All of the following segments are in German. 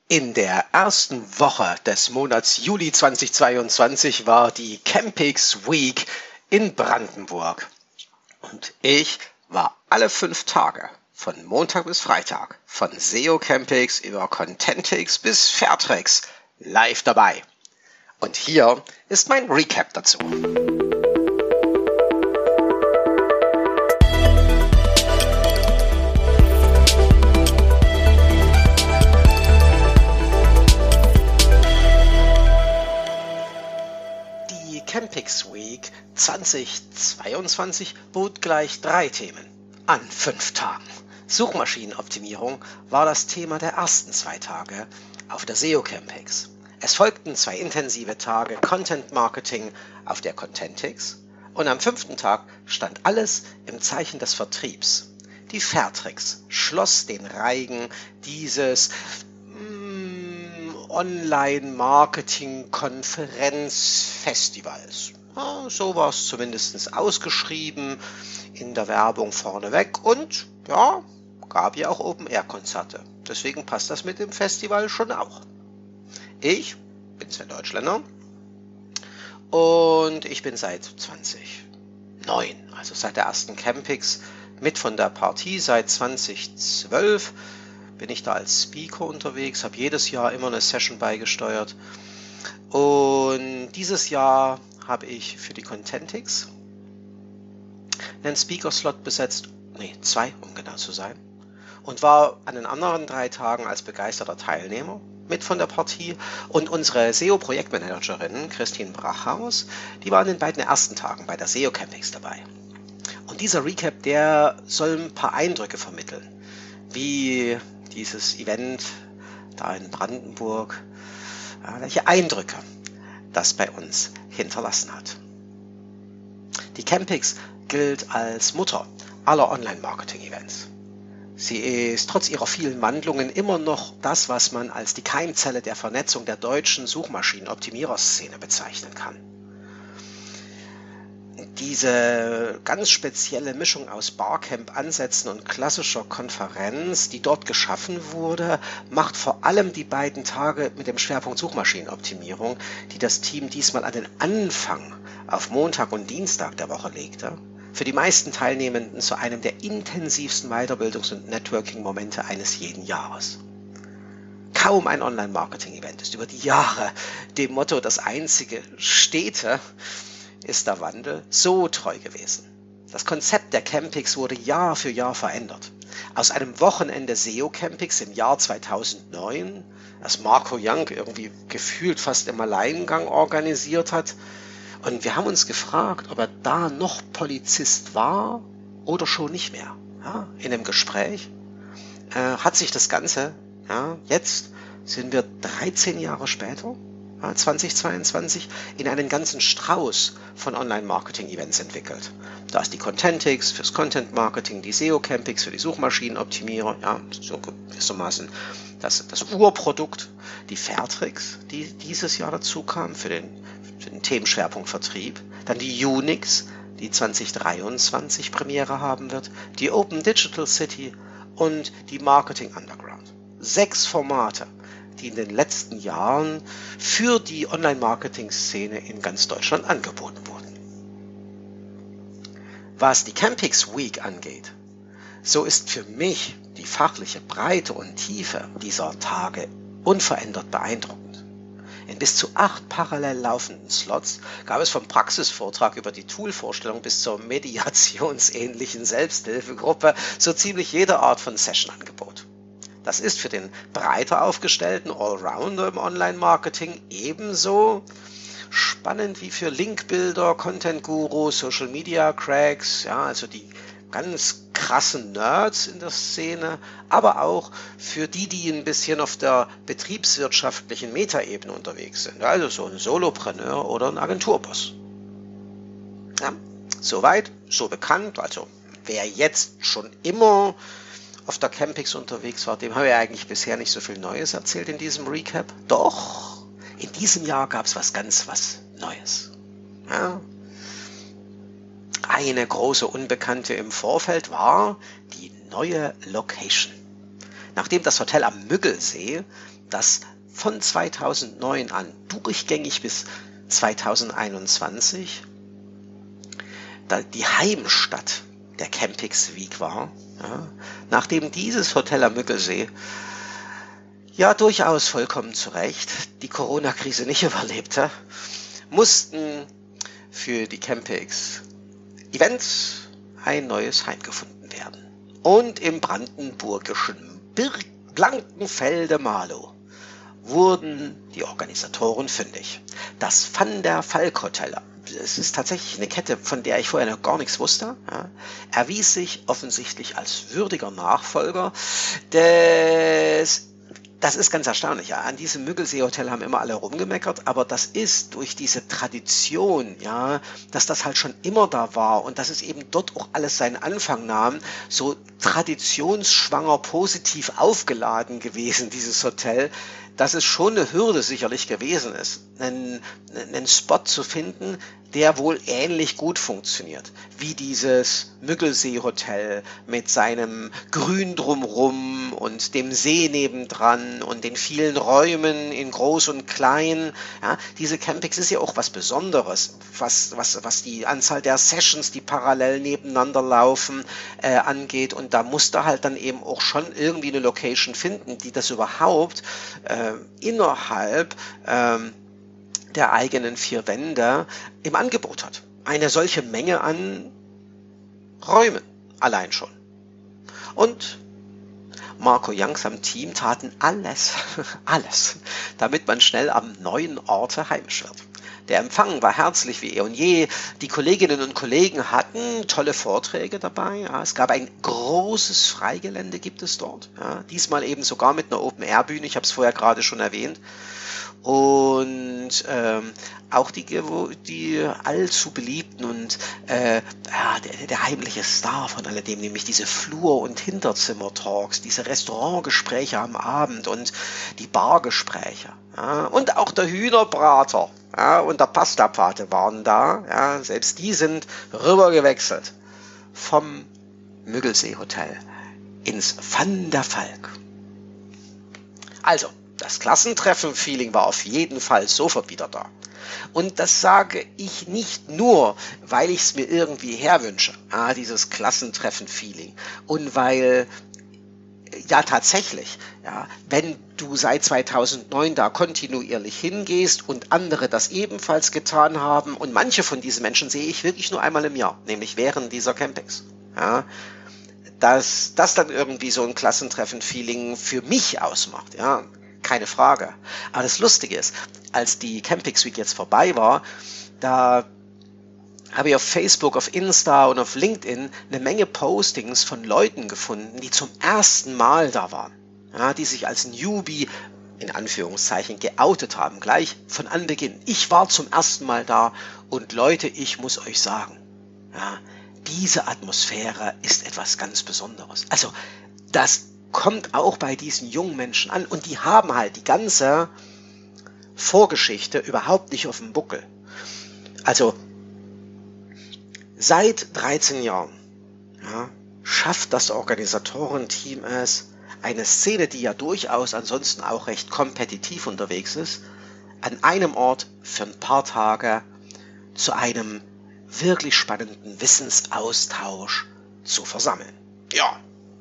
In der ersten Woche des Monats Juli 2022 war die Campix Week in Brandenburg. Und ich war alle 5 Tage, von Montag bis Freitag, von SEO Campix über Contentix bis Fairtrix, live dabei. Und hier ist mein Recap dazu. Die Campix Week 2022 bot gleich 3 Themen an 5 Tagen. Suchmaschinenoptimierung war das Thema der ersten 2 Tage auf der SEO Campix. Es folgten 2 intensive Tage Content Marketing auf der Contentix und am 5. Tag stand alles im Zeichen des Vertriebs. Die Fairtrix schloss den Reigen dieses Online-Marketing-Konferenzfestivals. Ja, so war es zumindest ausgeschrieben in der Werbung vorneweg und ja, gab ja auch Open-Air-Konzerte. Deswegen passt das mit dem Festival schon auch. Ich bin Sven Deutschländer und ich bin seit 2009, also seit der ersten Campix, mit von der Partie seit 2012. Bin ich da als Speaker unterwegs, habe jedes Jahr immer eine Session beigesteuert. Und dieses Jahr habe ich für die Contentix einen Speaker-Slot besetzt, 2, um genau zu sein, und war an den anderen 3 Tagen als begeisterter Teilnehmer mit von der Partie. Und unsere SEO-Projektmanagerin Christine Brachhaus, die war an den beiden ersten Tagen bei der SEO Campix dabei. Und dieser Recap, der soll ein paar Eindrücke vermitteln, wie dieses Event da in Brandenburg, welche Eindrücke das bei uns hinterlassen hat. Die Campix gilt als Mutter aller Online-Marketing-Events. Sie ist trotz ihrer vielen Wandlungen immer noch das, was man als die Keimzelle der Vernetzung der deutschen Suchmaschinenoptimiererszene bezeichnen kann. Diese ganz spezielle Mischung aus Barcamp-Ansätzen und klassischer Konferenz, die dort geschaffen wurde, macht vor allem die beiden Tage mit dem Schwerpunkt Suchmaschinenoptimierung, die das Team diesmal an den Anfang auf Montag und Dienstag der Woche legte, für die meisten Teilnehmenden zu einem der intensivsten Weiterbildungs- und Networking-Momente eines jeden Jahres. Kaum ein Online-Marketing-Event ist über die Jahre dem Motto "das einzige Stete" ist der Wandel so treu gewesen. Das Konzept der Campix wurde Jahr für Jahr verändert. Aus einem Wochenende SEO Campix im Jahr 2009, das Marco Young irgendwie gefühlt fast im Alleingang organisiert hat, und wir haben uns gefragt, ob er da noch Polizist war oder schon nicht mehr. Ja, in dem Gespräch hat sich das Ganze, jetzt sind wir 13 Jahre später, 2022, in einen ganzen Strauß von Online-Marketing-Events entwickelt. Da ist die Contentix fürs Content-Marketing, die SEO Campix für die Suchmaschinenoptimierer, so gewissermaßen das Urprodukt, die Fairtrix, die dieses Jahr dazu kam für den Themenschwerpunkt Vertrieb, dann die Unix, die 2023 Premiere haben wird, die Open Digital City und die Marketing Underground. 6 Formate, die in den letzten Jahren für die Online-Marketing-Szene in ganz Deutschland angeboten wurden. Was die Campix Week angeht, so ist für mich die fachliche Breite und Tiefe dieser Tage unverändert beeindruckend. In bis zu 8 parallel laufenden Slots gab es vom Praxisvortrag über die Toolvorstellung bis zur mediationsähnlichen Selbsthilfegruppe so ziemlich jede Art von Sessionangebot. Das ist für den breiter aufgestellten Allrounder im Online-Marketing ebenso spannend wie für Linkbuilder, Content-Gurus, Social-Media-Cracks, also die ganz krassen Nerds in der Szene, aber auch für die ein bisschen auf der betriebswirtschaftlichen Metaebene unterwegs sind, also so ein Solopreneur oder ein Agenturboss. Ja, soweit, so bekannt, also wer jetzt schon immer auf der Campix unterwegs war, dem habe ich eigentlich bisher nicht so viel Neues erzählt in diesem Recap. Doch, in diesem Jahr gab es was Neues. Ja. Eine große Unbekannte im Vorfeld war die neue Location. Nachdem das Hotel am Müggelsee dass von 2009 an durchgängig bis 2021 die Heimstatt der Campix Week war, ja, nachdem dieses Hotel am Müggelsee ja durchaus vollkommen zu Recht die Corona-Krise nicht überlebte, mussten für die Campix Events ein neues Heim gefunden werden. Und im brandenburgischen Blankenfelde-Marlow wurden die Organisatoren fündig. Das Van der Valk Hotel, es ist tatsächlich eine Kette, von der ich vorher noch gar nichts wusste, ja, erwies sich offensichtlich als würdiger Nachfolger des. Das ist ganz erstaunlich. Ja. An diesem Müggelsee-Hotel haben immer alle rumgemeckert, aber das ist durch diese Tradition, ja, dass das halt schon immer da war und dass es eben dort auch alles seinen Anfang nahm, so traditionsschwanger positiv aufgeladen gewesen, dieses Hotel, dass es schon eine Hürde sicherlich gewesen ist, einen Spot zu finden, der wohl ähnlich gut funktioniert, wie dieses Müggelsee-Hotel mit seinem Grün drumrum und dem See nebendran und den vielen Räumen in groß und klein. Ja, diese Campix ist ja auch was Besonderes, was die Anzahl der Sessions, die parallel nebeneinander laufen, angeht. Und da musste halt dann eben auch schon irgendwie eine Location finden, die das überhaupt innerhalb der eigenen vier Wände im Angebot hat. Eine solche Menge an Räumen allein schon. Und Marco Youngs am Team taten alles, damit man schnell am neuen Orte heimisch wird. Der Empfang war herzlich wie eh und je. Die Kolleginnen und Kollegen hatten tolle Vorträge dabei. Ja, es gab ein großes Freigelände, gibt es dort. Ja, diesmal eben sogar mit einer Open-Air-Bühne. Ich habe es vorher gerade schon erwähnt. Und auch die allzu beliebten und der heimliche Star von alledem, nämlich diese Flur- und Hinterzimmer-Talks, diese Restaurantgespräche am Abend und die Bargespräche. Ja, und auch der Hühnerbrater, ja, und der Pastapate waren da. Ja, selbst die sind rüber gewechselt vom Müggelsee-Hotel ins Van der Valk. Also, das Klassentreffen-Feeling war auf jeden Fall sofort wieder da. Und das sage ich nicht nur, weil ich es mir irgendwie herwünsche, dieses Klassentreffen-Feeling. Und weil, ja tatsächlich, ja, wenn du seit 2009 da kontinuierlich hingehst und andere das ebenfalls getan haben, und manche von diesen Menschen sehe ich wirklich nur einmal im Jahr, nämlich während dieser Campings, ja, dass das dann irgendwie so ein Klassentreffen-Feeling für mich ausmacht, ja. Keine Frage. Aber das Lustige ist, als die Campix Week jetzt vorbei war, da habe ich auf Facebook, auf Insta und auf LinkedIn eine Menge Postings von Leuten gefunden, die zum ersten Mal da waren. Ja, die sich als Newbie, in Anführungszeichen, geoutet haben, gleich von Anbeginn. Ich war zum ersten Mal da und Leute, ich muss euch sagen, ja, diese Atmosphäre ist etwas ganz Besonderes. Also, das kommt auch bei diesen jungen Menschen an und die haben halt die ganze Vorgeschichte überhaupt nicht auf dem Buckel. Also seit 13 Jahren, ja, schafft das Organisatorenteam es, eine Szene, die ja durchaus ansonsten auch recht kompetitiv unterwegs ist, an einem Ort für ein paar Tage zu einem wirklich spannenden Wissensaustausch zu versammeln. Ja.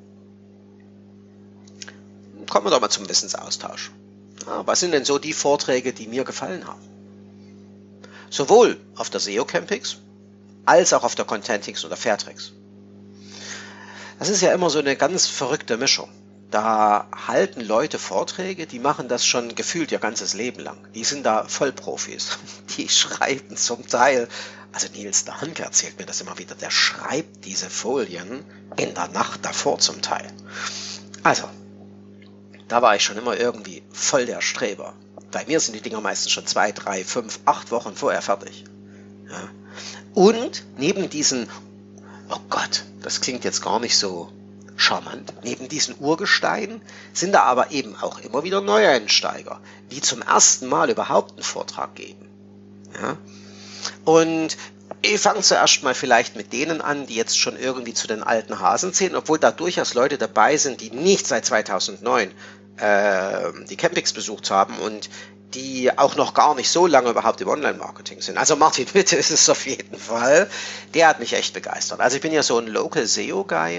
Kommen wir doch mal zum Wissensaustausch. Ja, was sind denn so die Vorträge, die mir gefallen haben? Sowohl auf der SEO Campix als auch auf der Contentix oder Fairtrix. Das ist ja immer so eine ganz verrückte Mischung. Da halten Leute Vorträge, die machen das schon gefühlt ihr ganzes Leben lang. Die sind da Vollprofis. Die schreiben zum Teil, also Nils Dahnke erzählt mir das immer wieder, der schreibt diese Folien in der Nacht davor zum Teil. Also, da war ich schon immer irgendwie voll der Streber. Bei mir sind die Dinger meistens schon 2, 3, 5, 8 Wochen vorher fertig. Ja. Und neben diesen, oh Gott, das klingt jetzt gar nicht so charmant, neben diesen Urgesteinen sind da aber eben auch immer wieder Neueinsteiger, die zum ersten Mal überhaupt einen Vortrag geben. Ja. Und ich fange zuerst mal vielleicht mit denen an, die jetzt schon irgendwie zu den alten Hasen zählen, obwohl da durchaus Leute dabei sind, die nicht seit 2009 die Campings besucht haben und die auch noch gar nicht so lange überhaupt im Online-Marketing sind. Also Martin Witte ist es auf jeden Fall. Der hat mich echt begeistert. Also ich bin ja so ein Local SEO-Guy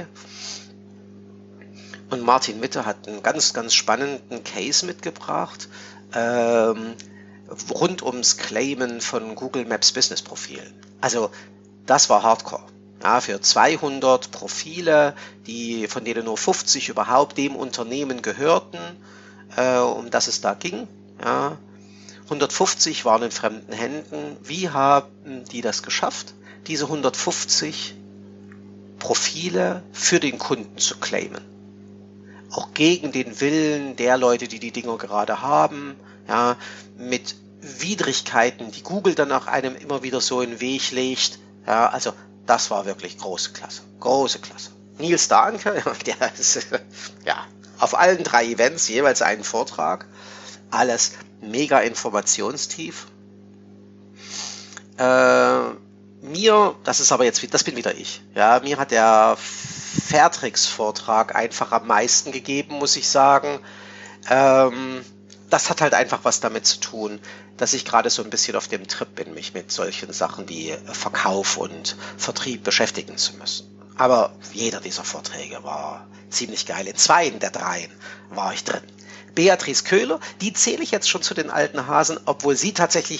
und Martin Witte hat einen ganz, ganz spannenden Case mitgebracht rund ums Claimen von Google Maps Business Profilen. Also das war Hardcore. Ja, für 200 Profile, von denen nur 50 überhaupt dem Unternehmen gehörten, um das es da ging. Ja, 150 waren in fremden Händen. Wie haben die das geschafft, diese 150 Profile für den Kunden zu claimen? Auch gegen den Willen der Leute, die die Dinger gerade haben, ja, mit Widrigkeiten, die Google dann auch einem immer wieder so in den Weg legt. Ja, also das war wirklich große Klasse. Große Klasse. Nils Dahnke, der ist ja auf allen 3 Events jeweils einen Vortrag. Alles mega informationstief. Das ist aber jetzt, das bin wieder ich. Ja, mir hat der Fairtricks-Vortrag einfach am meisten gegeben, muss ich sagen. Das hat halt einfach was damit zu tun, dass ich gerade so ein bisschen auf dem Trip bin, mich mit solchen Sachen wie Verkauf und Vertrieb beschäftigen zu müssen. Aber jeder dieser Vorträge war ziemlich geil. In 2 der 3 war ich drin. Beatrice Köhler, die zähle ich jetzt schon zu den alten Hasen, obwohl sie tatsächlich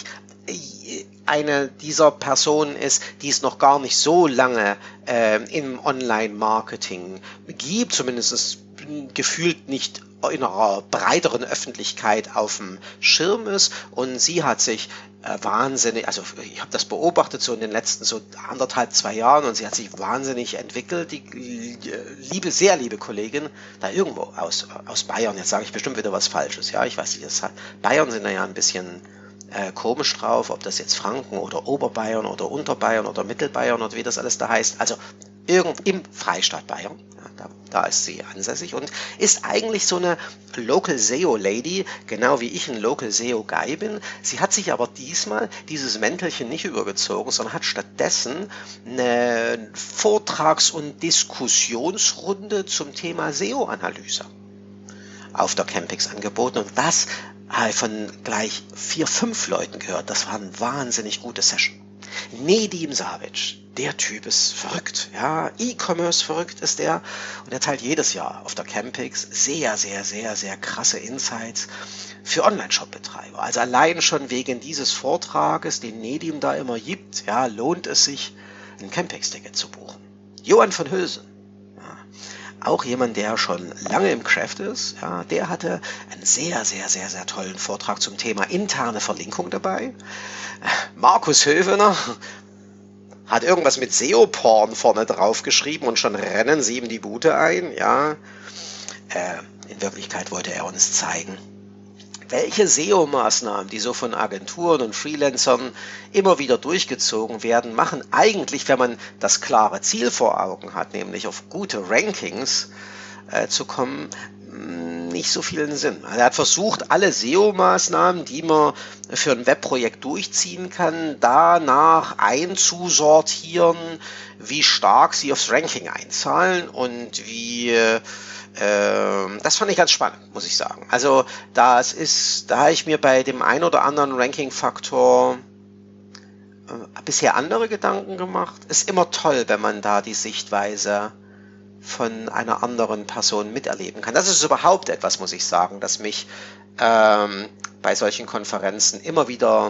eine dieser Personen ist, die es noch gar nicht so lange im Online-Marketing gibt, zumindest gefühlt nicht in einer breiteren Öffentlichkeit auf dem Schirm ist, und sie hat sich wahnsinnig, also ich habe das beobachtet so in den letzten so 1,5, 2 Jahren, und sie hat sich wahnsinnig entwickelt, die sehr liebe Kollegin, da irgendwo aus Bayern, jetzt sage ich bestimmt wieder was Falsches, ja, ich weiß nicht, Bayern sind da ja ein bisschen komisch drauf, ob das jetzt Franken oder Oberbayern oder Unterbayern oder Mittelbayern oder wie das alles da heißt, also im Freistaat Bayern, ja, da ist sie ansässig und ist eigentlich so eine Local SEO Lady, genau wie ich ein Local SEO Guy bin. Sie hat sich aber diesmal dieses Mäntelchen nicht übergezogen, sondern hat stattdessen eine Vortrags- und Diskussionsrunde zum Thema SEO-Analyse auf der Campix angeboten, und das von gleich 4, 5 Leuten gehört. Das war eine wahnsinnig gute Session. Nedim Savic, der Typ ist verrückt, ja, E-Commerce verrückt ist der, und er teilt jedes Jahr auf der Campix sehr, sehr, sehr, sehr krasse Insights für Online-Shop-Betreiber. Also allein schon wegen dieses Vortrages, den Nedim da immer gibt, ja, lohnt es sich, ein Campix-Ticket zu buchen. Johann von Hülsen, auch jemand, der schon lange im Geschäft ist, ja, der hatte einen sehr, sehr, sehr, sehr tollen Vortrag zum Thema interne Verlinkung dabei. Markus Hövener hat irgendwas mit SEO-Porn vorne drauf geschrieben und schon rennen sie ihm die Bude ein. Ja, in Wirklichkeit wollte er uns zeigen, welche SEO-Maßnahmen, die so von Agenturen und Freelancern immer wieder durchgezogen werden, machen eigentlich, wenn man das klare Ziel vor Augen hat, nämlich auf gute Rankings zu kommen, nicht so vielen Sinn. Also er hat versucht, alle SEO-Maßnahmen, die man für ein Webprojekt durchziehen kann, danach einzusortieren, wie stark sie aufs Ranking einzahlen und das fand ich ganz spannend, muss ich sagen. Also da habe ich mir bei dem ein oder anderen Ranking-Faktor bisher andere Gedanken gemacht. Ist immer toll, wenn man da die Sichtweise von einer anderen Person miterleben kann. Das ist überhaupt etwas, muss ich sagen, das mich bei solchen Konferenzen immer wieder,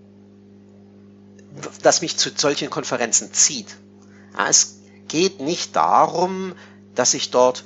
das mich zu solchen Konferenzen zieht. Ja, es geht nicht darum, dass ich dort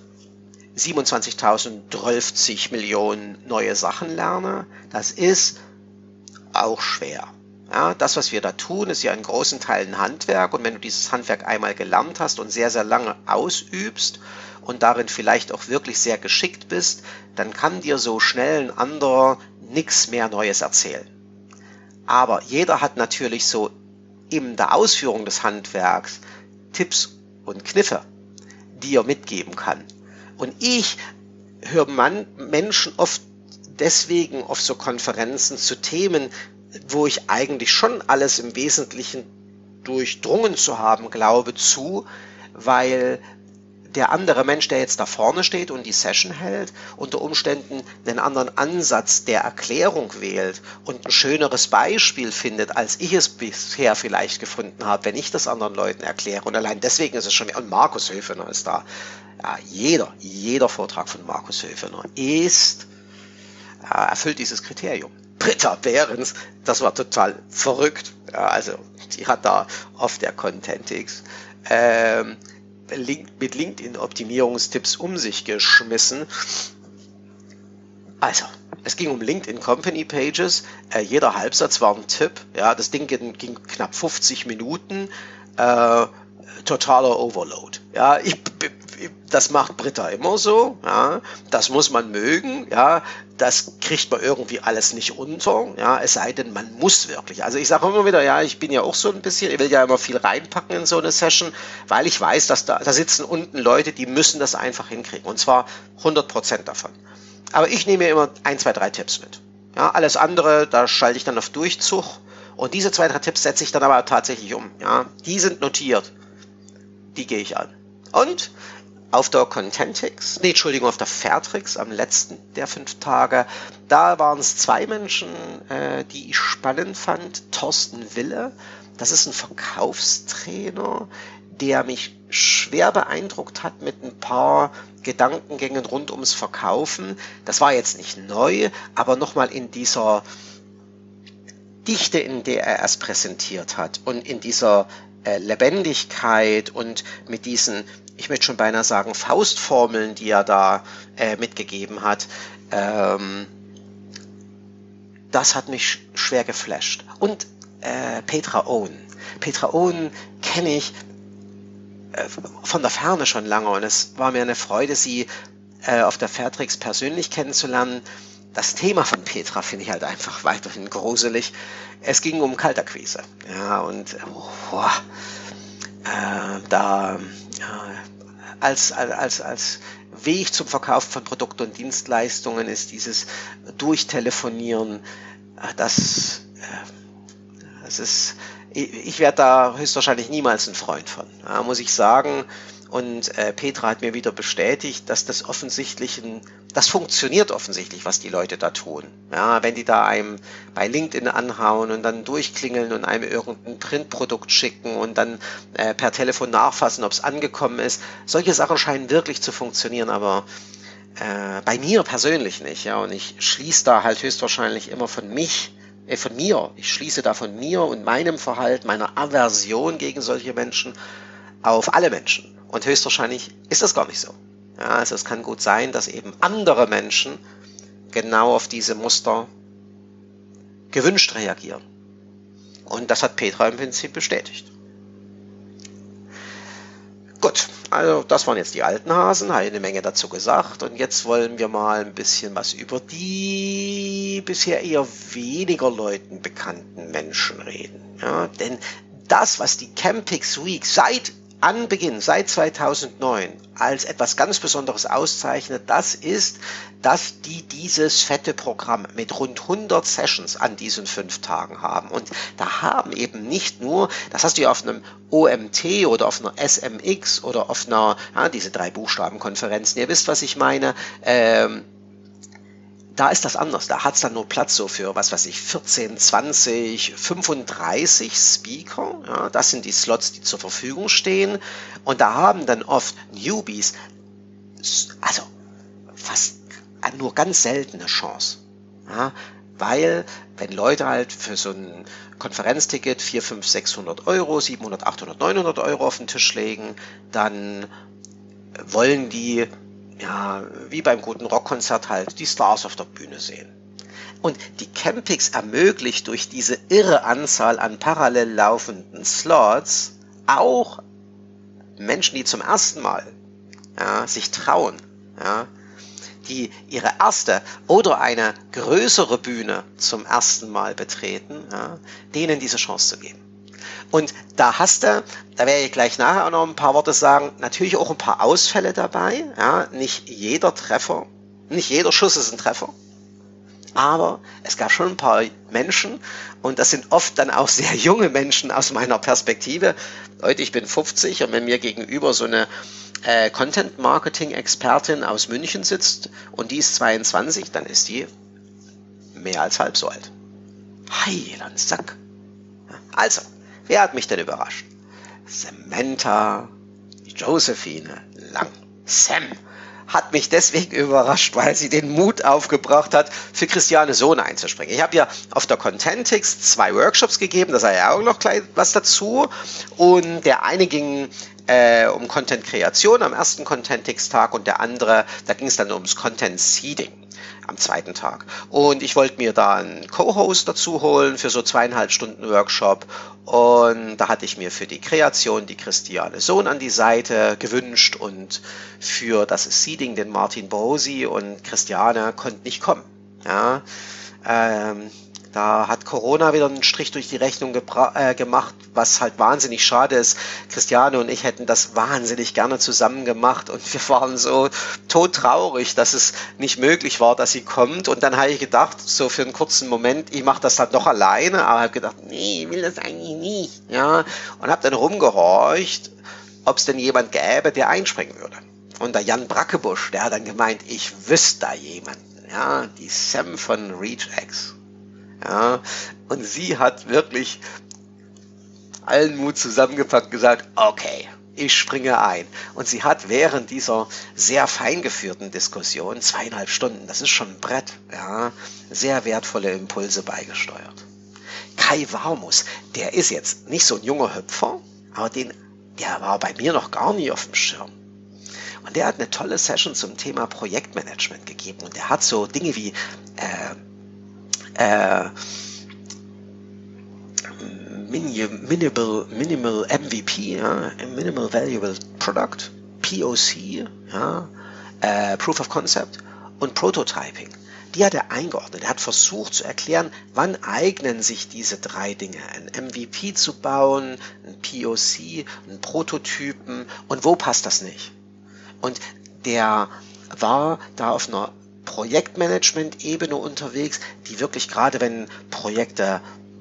27.012 Millionen neue Sachen lerne. Das ist auch schwer. Ja, das, was wir da tun, ist ja in großen Teilen Handwerk, und wenn du dieses Handwerk einmal gelernt hast und sehr, sehr lange ausübst und darin vielleicht auch wirklich sehr geschickt bist, dann kann dir so schnell ein anderer nichts mehr Neues erzählen. Aber jeder hat natürlich so in der Ausführung des Handwerks Tipps und Kniffe, die er mitgeben kann. Und ich höre Menschen oft deswegen auf so Konferenzen zu Themen, wo ich eigentlich schon alles im Wesentlichen durchdrungen zu haben glaube, zu, weil der andere Mensch, der jetzt da vorne steht und die Session hält, unter Umständen einen anderen Ansatz der Erklärung wählt und ein schöneres Beispiel findet, als ich es bisher vielleicht gefunden habe, wenn ich das anderen Leuten erkläre. Und allein deswegen ist es schon, und Markus Höfener ist da. Ja, jeder Vortrag von Markus Höfener erfüllt dieses Kriterium. Britta Behrens, das war total verrückt. Ja, also die hat da auf der Contentix mit LinkedIn-Optimierungstipps um sich geschmissen. Also, es ging um LinkedIn Company Pages. Jeder Halbsatz war ein Tipp. Ja, das Ding ging knapp 50 Minuten. Totaler Overload. Ja, das macht Britta immer so. Ja, das muss man mögen. Ja, das kriegt man irgendwie alles nicht unter. Ja, es sei denn, man muss wirklich. Also ich sage immer wieder, ja, ich bin ja auch so ein bisschen, ich will ja immer viel reinpacken in so eine Session, weil ich weiß, dass da sitzen unten Leute, die müssen das einfach hinkriegen. Und zwar 100% davon. Aber ich nehme mir immer 1, 2, 3 Tipps mit. Ja, alles andere, da schalte ich dann auf Durchzug. Und diese 2, 3 Tipps setze ich dann aber tatsächlich um. Ja, die sind notiert. Die gehe ich an. Und auf der auf der Fairtrix am letzten der 5 Tage, da waren es 2 Menschen, die ich spannend fand. Thorsten Wille, das ist ein Verkaufstrainer, der mich schwer beeindruckt hat mit ein paar Gedankengängen rund ums Verkaufen. Das war jetzt nicht neu, aber nochmal in dieser Dichte, in der er es präsentiert hat und in dieser Lebendigkeit und mit diesen, ich möchte schon beinahe sagen, Faustformeln, die er da mitgegeben hat, das hat mich schwer geflasht. Und Petra Owen. Petra Owen kenne ich von der Ferne schon lange und es war mir eine Freude, sie auf der Fairtrix persönlich kennenzulernen. Das Thema von Petra finde ich halt einfach weiterhin gruselig. Es ging um Kaltakquise. Ja, und als Weg zum Verkauf von Produkten und Dienstleistungen ist dieses Durchtelefonieren, das ist, ich werde da höchstwahrscheinlich niemals ein Freund von, ja, muss ich sagen. Und Petra hat mir wieder bestätigt, dass das funktioniert offensichtlich, was die Leute da tun. Ja, wenn die da einem bei LinkedIn anhauen und dann durchklingeln und einem irgendein Printprodukt schicken und dann per Telefon nachfassen, ob es angekommen ist. Solche Sachen scheinen wirklich zu funktionieren, aber bei mir persönlich nicht. Ja, und ich schließe da halt höchstwahrscheinlich immer von mir. Ich schließe da von mir und meinem Verhalten, meiner Aversion gegen solche Menschen auf alle Menschen. Und höchstwahrscheinlich ist das gar nicht so. Ja, also es kann gut sein, dass eben andere Menschen genau auf diese Muster gewünscht reagieren. Und das hat Petra im Prinzip bestätigt. Gut, also das waren jetzt die alten Hasen, habe eine Menge dazu gesagt. Und jetzt wollen wir mal ein bisschen was über die bisher eher weniger Leuten bekannten Menschen reden. Ja, denn das, was die Campix Week seit 2009 als etwas ganz Besonderes auszeichnet, das ist, dass die dieses fette Programm mit rund 100 Sessions an diesen 5 Tagen haben. Und da haben eben nicht nur, das hast du ja auf einem OMT oder auf einer SMX oder auf einer, diese 3 Buchstabenkonferenzen, ihr wisst, was ich meine, da ist das anders. Da hat es dann nur Platz so für, 14, 20, 35 Speaker. Ja, das sind die Slots, die zur Verfügung stehen. Und da haben dann oft Newbies, also fast nur ganz seltene Chance. Ja, weil, wenn Leute halt für so ein Konferenzticket 400, 500, 600 Euro, 700, 800, 900 Euro auf den Tisch legen, dann wollen die, ja, wie beim guten Rockkonzert halt, die Stars auf der Bühne sehen. Und die Campix ermöglicht durch diese irre Anzahl an parallel laufenden Slots auch Menschen, die zum ersten Mal sich trauen, die ihre erste oder eine größere Bühne zum ersten Mal betreten, denen diese Chance zu geben. Und da werde ich gleich nachher auch noch ein paar Worte sagen, natürlich auch ein paar Ausfälle dabei. Ja, nicht jeder Schuss ist ein Treffer. Aber es gab schon ein paar Menschen und das sind oft dann auch sehr junge Menschen aus meiner Perspektive. Leute, ich bin 50 und wenn mir gegenüber so eine Content-Marketing-Expertin aus München sitzt und die ist 22, dann ist die mehr als halb so alt. Heiland Sack. Also, wer hat mich denn überrascht? Samantha Josephine Lang. Sam hat mich deswegen überrascht, weil sie den Mut aufgebracht hat, für Christiane Sohn einzuspringen. Ich habe ja auf der Contentix 2 Workshops gegeben, da sei ja auch noch gleich was dazu. Und der eine ging um Content-Kreation am ersten Contentix-Tag und der andere, da ging es dann ums Content-Seeding am zweiten Tag. Und ich wollte mir da einen Co-Host dazu holen für so 2,5 Stunden Workshop. Und da hatte ich mir für die Kreation die Christiane Sohn an die Seite gewünscht und für das Seeding den Martin Brosi, und Christiane konnte nicht kommen. Ja, da hat Corona wieder einen Strich durch die Rechnung gemacht, was halt wahnsinnig schade ist. Christiane und ich hätten das wahnsinnig gerne zusammen gemacht und wir waren so todtraurig, dass es nicht möglich war, dass sie kommt. Und dann habe ich gedacht, so für einen kurzen Moment, ich mache das dann doch alleine, aber habe gedacht, nee, ich will das eigentlich nicht. Ja, und habe dann rumgehorcht, ob es denn jemand gäbe, der einspringen würde. Und der Jan Brackebusch, der hat dann gemeint, ich wüsste da jemanden. Ja, die Sam von ReachX. Ja, und sie hat wirklich allen Mut zusammengepackt und gesagt, okay, ich springe ein. Und sie hat während dieser sehr fein geführten Diskussion 2,5 Stunden, das ist schon ein Brett, ja, sehr wertvolle Impulse beigesteuert. Kai Warmus, der ist jetzt nicht so ein junger Hüpfer, aber der war bei mir noch gar nie auf dem Schirm. Und der hat eine tolle Session zum Thema Projektmanagement gegeben. Und der hat so Dinge wie Minimal MVP, ja, Minimal Valuable Product, POC, ja, Proof of Concept und Prototyping. Die hat er eingeordnet. Er hat versucht zu erklären, wann eignen sich diese 3 Dinge. Ein MVP zu bauen, ein POC, einen Prototypen und wo passt das nicht. Und der war da auf einer Projektmanagement-Ebene unterwegs, die wirklich, gerade wenn Projekte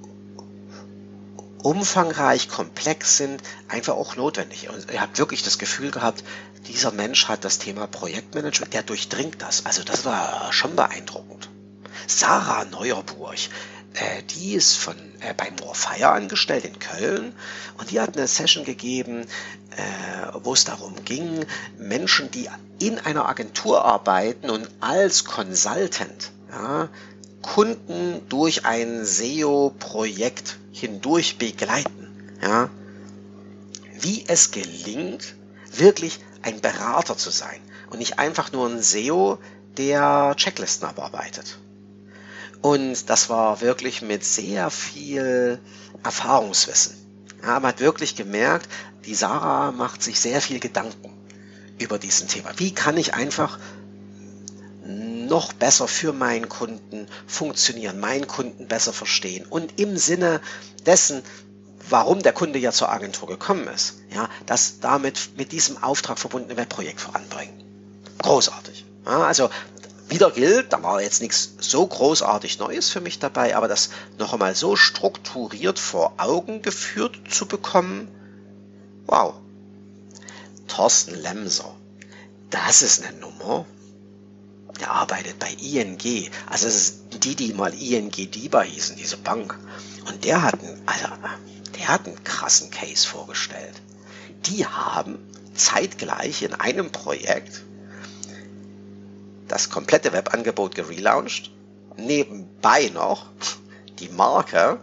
umfangreich, komplex sind, einfach auch notwendig. Und er hat wirklich das Gefühl gehabt, dieser Mensch hat das Thema Projektmanagement, der durchdringt das. Also das war schon beeindruckend. Sarah Neuerburg, die ist bei Morefire angestellt in Köln und die hat eine Session gegeben, wo es darum ging, Menschen, die in einer Agentur arbeiten und als Consultant, ja, Kunden durch ein SEO-Projekt hindurch begleiten, ja, wie es gelingt, wirklich ein Berater zu sein und nicht einfach nur ein SEO, der Checklisten abarbeitet. Und das war wirklich mit sehr viel Erfahrungswissen. Ja, man hat wirklich gemerkt, die Sarah macht sich sehr viel Gedanken über diesen Thema. Wie kann ich einfach noch besser für meinen Kunden funktionieren, meinen Kunden besser verstehen und im Sinne dessen, warum der Kunde ja zur Agentur gekommen ist, ja, das damit mit diesem Auftrag verbundene Webprojekt voranbringen. Großartig. Ja, also wieder gilt, da war jetzt nichts so großartig Neues für mich dabei, aber das noch einmal so strukturiert vor Augen geführt zu bekommen, wow. Thorsten Lemser, das ist eine Nummer. Der arbeitet bei ING, also es ist die mal ING DIBA hießen, diese Bank. Und der hat einen krassen Case vorgestellt. Die haben zeitgleich in einem Projekt das komplette Webangebot gelauncht, nebenbei noch die Marke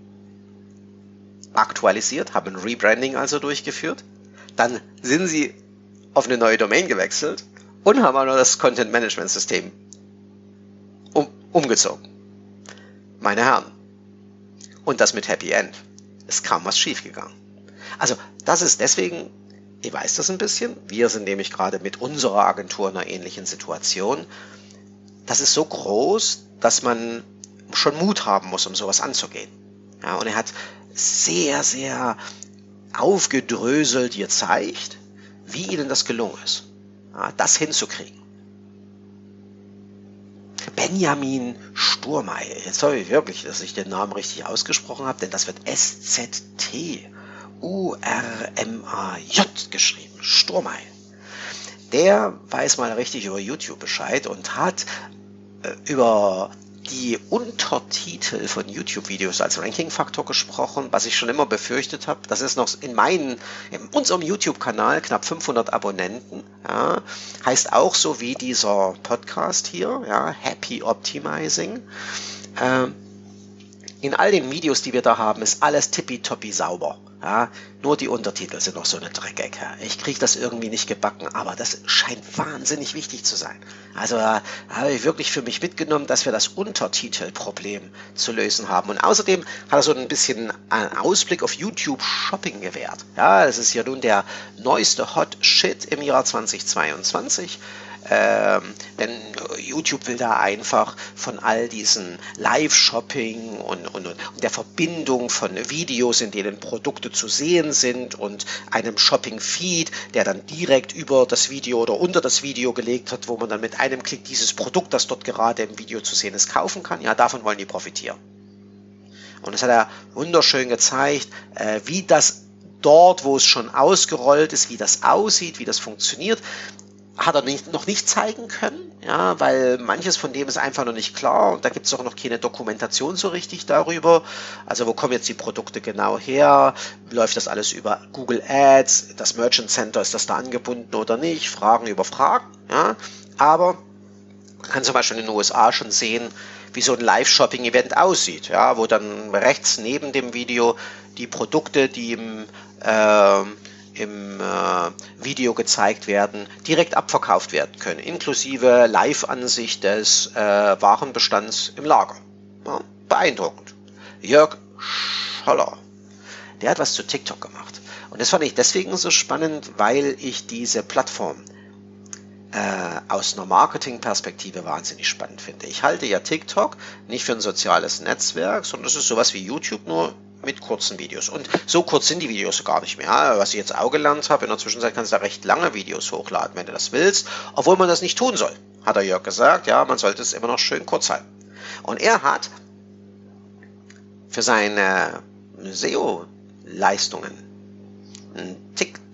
aktualisiert, haben ein Rebranding also durchgeführt, dann sind sie auf eine neue Domain gewechselt und haben auch noch das Content-Management-System umgezogen. Meine Herren. Und das mit Happy End. Ist kaum was schiefgegangen. Also das ist deswegen, ich weiß das ein bisschen, wir sind nämlich gerade mit unserer Agentur in einer ähnlichen Situation. Das ist so groß, dass man schon Mut haben muss, um sowas anzugehen. Ja, und er hat sehr, sehr aufgedröselt gezeigt, wie ihnen das gelungen ist, ja, das hinzukriegen. Benjamin Sturmey, jetzt hoffe ich wirklich, dass ich den Namen richtig ausgesprochen habe, denn das wird SZTURMAJ geschrieben, Sturmey. der weiß mal richtig über YouTube Bescheid und hat über die Untertitel von YouTube-Videos als Ranking-Faktor gesprochen, was ich schon immer befürchtet habe. Das ist noch in unserem YouTube-Kanal knapp 500 Abonnenten. Ja, heißt auch so wie dieser Podcast hier, ja, Happy Optimizing. In all den Videos, die wir da haben, ist alles tippitoppi sauber. Ja, nur die Untertitel sind noch so eine Dreckecke. Ich kriege das irgendwie nicht gebacken, aber das scheint wahnsinnig wichtig zu sein. Also habe ich wirklich für mich mitgenommen, dass wir das Untertitelproblem zu lösen haben. Und außerdem hat er so ein bisschen einen Ausblick auf YouTube Shopping gewährt. Ja, das ist ja nun der neueste Hot Shit im Jahr 2022. Denn YouTube will da einfach von all diesen Live-Shopping und der Verbindung von Videos, in denen Produkte zu sehen sind und einem Shopping-Feed, der dann direkt über das Video oder unter das Video gelegt hat, wo man dann mit einem Klick dieses Produkt, das dort gerade im Video zu sehen ist, kaufen kann. Ja, davon wollen die profitieren. Und das hat er wunderschön gezeigt, wie das dort, wo es schon ausgerollt ist, wie das aussieht, wie das funktioniert. Hat er noch nicht zeigen können, ja, weil manches von dem ist einfach noch nicht klar und da gibt es auch noch keine Dokumentation so richtig darüber. Also wo kommen jetzt die Produkte genau her? Läuft das alles über Google Ads? Das Merchant Center, ist das da angebunden oder nicht? Fragen über Fragen, ja. Aber man kann zum Beispiel in den USA schon sehen, wie so ein Live-Shopping-Event aussieht, ja, wo dann rechts neben dem Video die Produkte, die im Video gezeigt werden, direkt abverkauft werden können, inklusive Live-Ansicht des Warenbestands im Lager. Ja, beeindruckend. Jörg Scholler, der hat was zu TikTok gemacht. Und das fand ich deswegen so spannend, weil ich diese Plattform aus einer Marketingperspektive wahnsinnig spannend finde. Ich halte ja TikTok nicht für ein soziales Netzwerk, sondern es ist sowas wie YouTube, nur mit kurzen Videos. Und so kurz sind die Videos gar nicht mehr. Was ich jetzt auch gelernt habe, in der Zwischenzeit kannst du da recht lange Videos hochladen, wenn du das willst, obwohl man das nicht tun soll. Hat der Jörg gesagt, ja, man sollte es immer noch schön kurz halten. Und er hat für seine SEO-Leistungen einen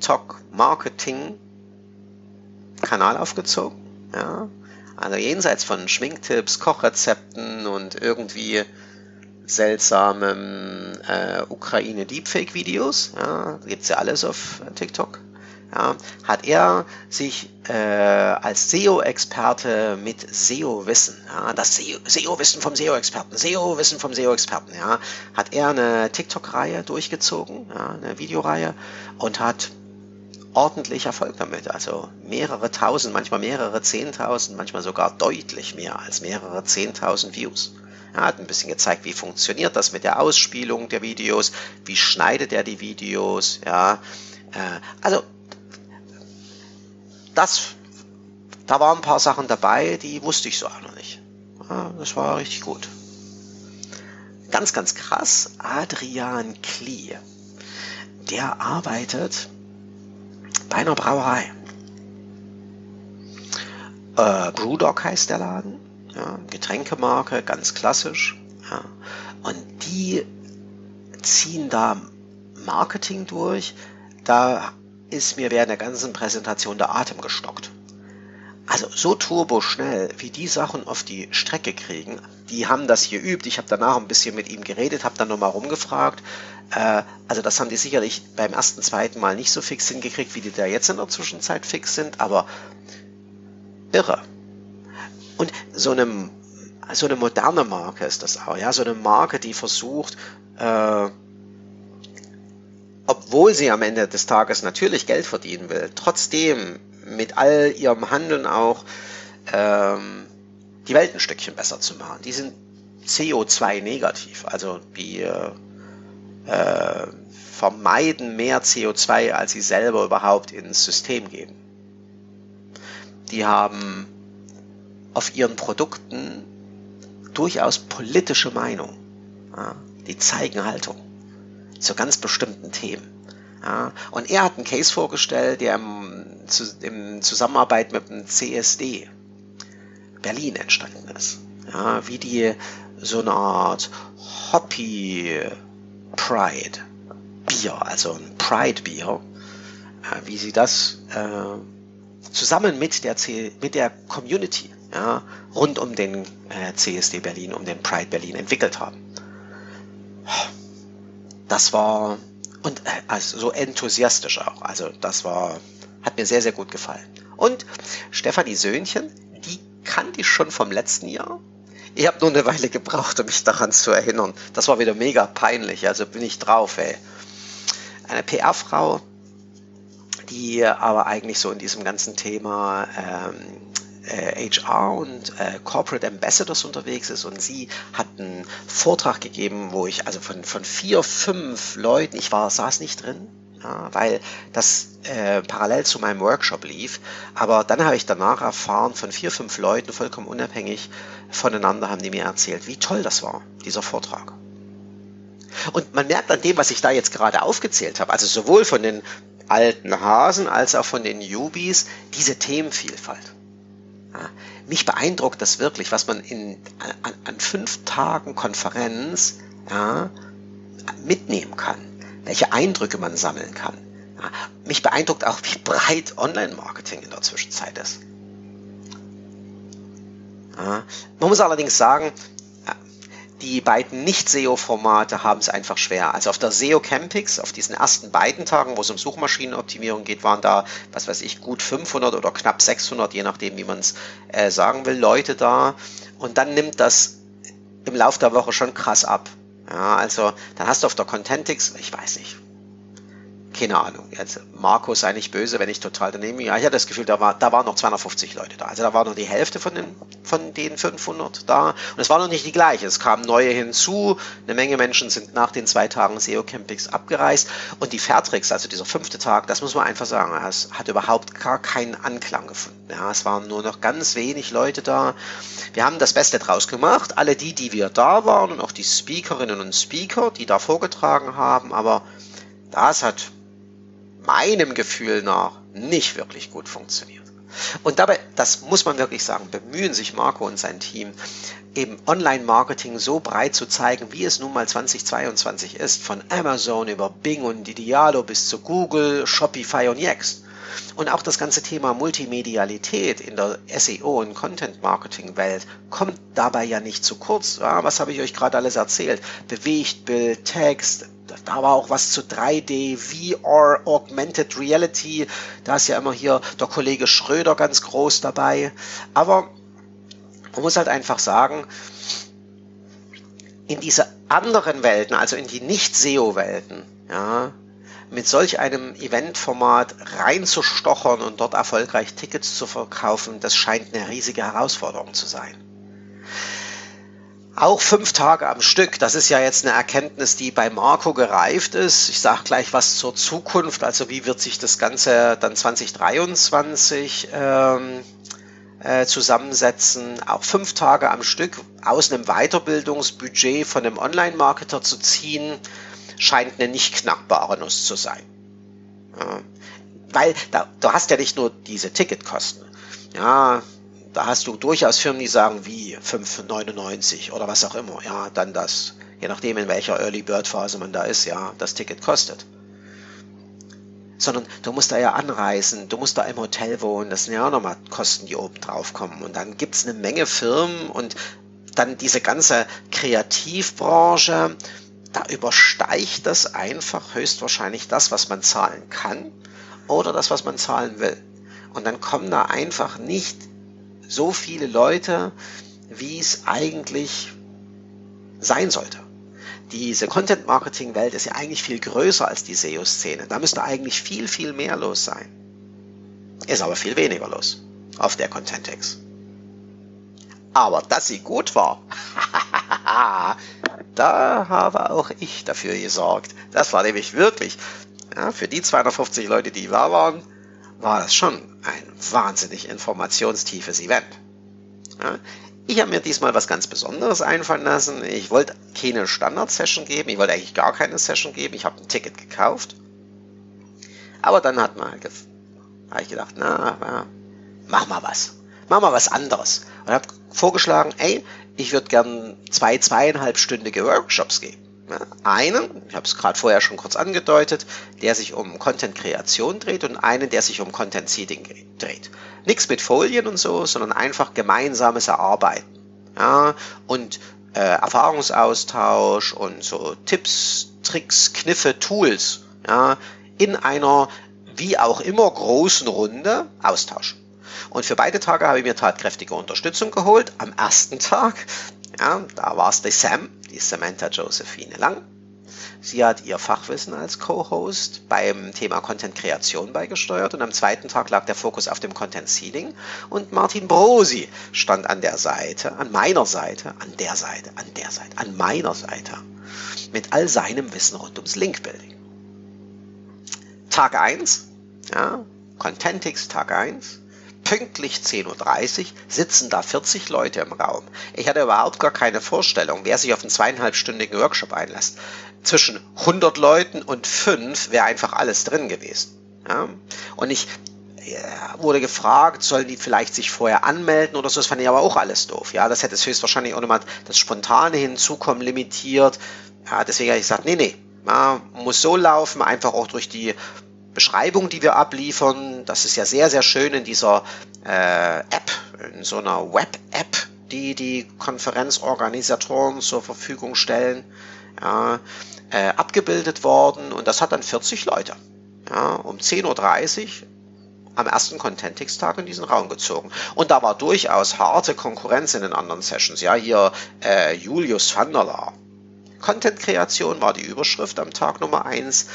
TikTok-Marketing-Kanal aufgezogen. Ja. Also jenseits von Schminktipps, Kochrezepten und irgendwie seltsamen Ukraine-Deepfake-Videos, ja, gibt es ja alles auf TikTok, ja, hat er sich als SEO-Experte mit SEO-Wissen, ja, das SEO-Wissen vom SEO-Experten, SEO-Wissen vom SEO-Experten, ja, hat er eine TikTok-Reihe durchgezogen, ja, eine Videoreihe und hat ordentlich Erfolg damit, also mehrere tausend, manchmal mehrere 10.000, manchmal sogar deutlich mehr als mehrere 10.000 Views. Er hat ein bisschen gezeigt, wie funktioniert das mit der Ausspielung der Videos, wie schneidet er die Videos, ja, also da waren ein paar Sachen dabei, die wusste ich so auch noch nicht. Ja, das war richtig gut. Ganz, ganz krass, Adrian Klee, der arbeitet bei einer Brauerei. Brewdog heißt der Laden. Ja, Getränkemarke, ganz klassisch. Ja. Und die ziehen da Marketing durch. Da ist mir während der ganzen Präsentation der Atem gestockt. Also so turboschnell, wie die Sachen auf die Strecke kriegen, die haben das hier übt. Ich habe danach ein bisschen mit ihm geredet, habe dann nochmal rumgefragt. Also das haben die sicherlich beim ersten, zweiten Mal nicht so fix hingekriegt, wie die da jetzt in der Zwischenzeit fix sind, aber irre. Und so eine moderne Marke ist das auch, ja, so eine Marke, die versucht, obwohl sie am Ende des Tages natürlich Geld verdienen will, trotzdem mit all ihrem Handeln auch die Welt ein Stückchen besser zu machen. Die sind CO2 negativ, also die vermeiden mehr CO2, als sie selber überhaupt ins System geben. Die haben auf ihren Produkten durchaus politische Meinung. Ja, die zeigen Haltung zu ganz bestimmten Themen. Ja, und er hat einen Case vorgestellt, der in Zusammenarbeit mit dem CSD Berlin entstanden ist. Ja, wie die so eine Art Hoppy Pride Bier, also ein Pride Bier, wie sie das zusammen mit der Community, ja, rund um den CSD Berlin, um den Pride Berlin entwickelt haben. Das war, und also so enthusiastisch auch, also hat mir sehr, sehr gut gefallen. Und Stefanie Söhnchen, die kannte ich schon vom letzten Jahr. Ich habe nur eine Weile gebraucht, um mich daran zu erinnern. Das war wieder mega peinlich, also bin ich drauf, ey. Eine PR-Frau, die aber eigentlich so in diesem ganzen Thema HR und Corporate Ambassadors unterwegs ist, und sie hat einen Vortrag gegeben, wo ich also von 4, 5 Leuten, saß nicht drin, ja, weil das parallel zu meinem Workshop lief, aber dann habe ich danach erfahren, von 4, 5 Leuten, vollkommen unabhängig voneinander, haben die mir erzählt, wie toll das war, dieser Vortrag. Und man merkt an dem, was ich da jetzt gerade aufgezählt habe, also sowohl von den alten Hasen als auch von den Newbies, diese Themenvielfalt. Ja, mich beeindruckt das wirklich, was man an 5 Tagen Konferenz, ja, mitnehmen kann, welche Eindrücke man sammeln kann. Ja, mich beeindruckt auch, wie breit Online-Marketing in der Zwischenzeit ist. Ja, man muss allerdings sagen, die beiden Nicht-SEO-Formate haben es einfach schwer. Also auf der SEO Campix, auf diesen ersten beiden Tagen, wo es um Suchmaschinenoptimierung geht, waren da, was weiß ich, gut 500 oder knapp 600, je nachdem, wie man es sagen will, Leute da. Und dann nimmt das im Laufe der Woche schon krass ab. Ja, also dann hast du auf der Contentix, ich weiß nicht, keine Ahnung, jetzt Marco sei nicht böse, wenn ich total daneben bin. Ja, ich hatte das Gefühl, da waren noch 250 Leute da. Also da war noch die Hälfte von den 500 da. Und es war noch nicht die gleiche. Es kamen neue hinzu. Eine Menge Menschen sind nach den 2 Tagen SEO Campings abgereist. Und die Fairtrix, also dieser 5. Tag, das muss man einfach sagen, es hat überhaupt gar keinen Anklang gefunden. Ja, es waren nur noch ganz wenig Leute da. Wir haben das Beste draus gemacht. Alle die wir da waren und auch die Speakerinnen und Speaker, die da vorgetragen haben. Aber das hat meinem Gefühl nach nicht wirklich gut funktioniert. Und dabei, das muss man wirklich sagen, bemühen sich Marco und sein Team, eben Online-Marketing so breit zu zeigen, wie es nun mal 2022 ist, von Amazon über Bing und Idealo bis zu Google, Shopify und Yext. Und auch das ganze Thema Multimedialität in der SEO- und Content-Marketing-Welt kommt dabei ja nicht zu kurz. Ja, was habe ich euch gerade alles erzählt? Bewegtbild, Text, da war auch was zu 3D, VR, Augmented Reality. Da ist ja immer hier der Kollege Schröder ganz groß dabei. Aber man muss halt einfach sagen, in diese anderen Welten, also in die Nicht-SEO-Welten, ja, mit solch einem Eventformat reinzustochern und dort erfolgreich Tickets zu verkaufen, das scheint eine riesige Herausforderung zu sein. Auch 5 Tage am Stück, das ist ja jetzt eine Erkenntnis, die bei Marco gereift ist. Ich sage gleich was zur Zukunft, also wie wird sich das Ganze dann 2023 zusammensetzen. Auch 5 Tage am Stück aus einem Weiterbildungsbudget von einem Online-Marketer zu ziehen, scheint eine nicht knackbare Nuss zu sein. Ja, weil du hast ja nicht nur diese Ticketkosten. Ja, da hast du durchaus Firmen, die sagen, wie 5,99 oder was auch immer. Ja, dann das, je nachdem in welcher Early Bird Phase man da ist, ja, das Ticket kostet. Sondern du musst da ja anreisen, du musst da im Hotel wohnen, das sind ja auch nochmal Kosten, die oben drauf kommen. Und dann gibt es eine Menge Firmen und dann diese ganze Kreativbranche, da übersteigt das einfach höchstwahrscheinlich das, was man zahlen kann oder das, was man zahlen will. Und dann kommen da einfach nicht so viele Leute, wie es eigentlich sein sollte. Diese Content-Marketing-Welt ist ja eigentlich viel größer als die SEO-Szene. Da müsste eigentlich viel, viel mehr los sein. Ist aber viel weniger los auf der Contentix. Aber dass sie gut war, da habe auch ich dafür gesorgt. Das war nämlich wirklich, ja, für die 250 Leute, die da waren, war das schon ein wahnsinnig informationstiefes Event. Ja, ich habe mir diesmal was ganz Besonderes einfallen lassen. Ich wollte keine Standard-Session geben, ich wollte eigentlich gar keine Session geben. Ich habe ein Ticket gekauft. Aber dann habe ich gedacht, mach mal was anderes. Und habe vorgeschlagen, ich würde gern 2,5-stündige Workshops geben. Ja, einen, ich habe es gerade vorher schon kurz angedeutet, der sich um Content-Kreation dreht und einen, der sich um Content-Seeding dreht. Nichts mit Folien und so, sondern einfach gemeinsames Erarbeiten. Ja, und Erfahrungsaustausch und so Tipps, Tricks, Kniffe, Tools, ja, in einer wie auch immer großen Runde austauschen. Und für beide Tage habe ich mir tatkräftige Unterstützung geholt. Am ersten Tag, ja, da war es die Samantha Josephine Lang. Sie hat ihr Fachwissen als Co-Host beim Thema Content-Kreation beigesteuert und am zweiten Tag lag der Fokus auf dem Content-Seeding und Martin Brosi stand an der Seite, an meiner Seite, an meiner Seite mit all seinem Wissen rund ums Link-Building. Tag 1, ja, Contentix Tag 1, pünktlich 10:30 Uhr sitzen da 40 Leute im Raum. Ich hatte überhaupt gar keine Vorstellung, wer sich auf einen 2,5-stündigen Workshop einlässt. Zwischen 100 Leuten und 5 wäre einfach alles drin gewesen. Ja? Und ich wurde gefragt, sollen die vielleicht sich vorher anmelden oder so, das fand ich aber auch alles doof. Ja? Das hätte es höchstwahrscheinlich auch nochmal das spontane Hinzukommen limitiert. Ja, deswegen habe ich gesagt, nee, ja, muss so laufen, einfach auch durch die Beschreibung, die wir abliefern. Das ist ja sehr, sehr schön in dieser App, in so einer Web-App, die Konferenzorganisatoren zur Verfügung stellen, ja, abgebildet worden. Und das hat dann 40 Leute um 10:30 Uhr am ersten Contentix-Tag in diesen Raum gezogen. Und da war durchaus harte Konkurrenz in den anderen Sessions. Ja, hier Julius van der Laar. Content-Kreation war die Überschrift am Tag Nummer 1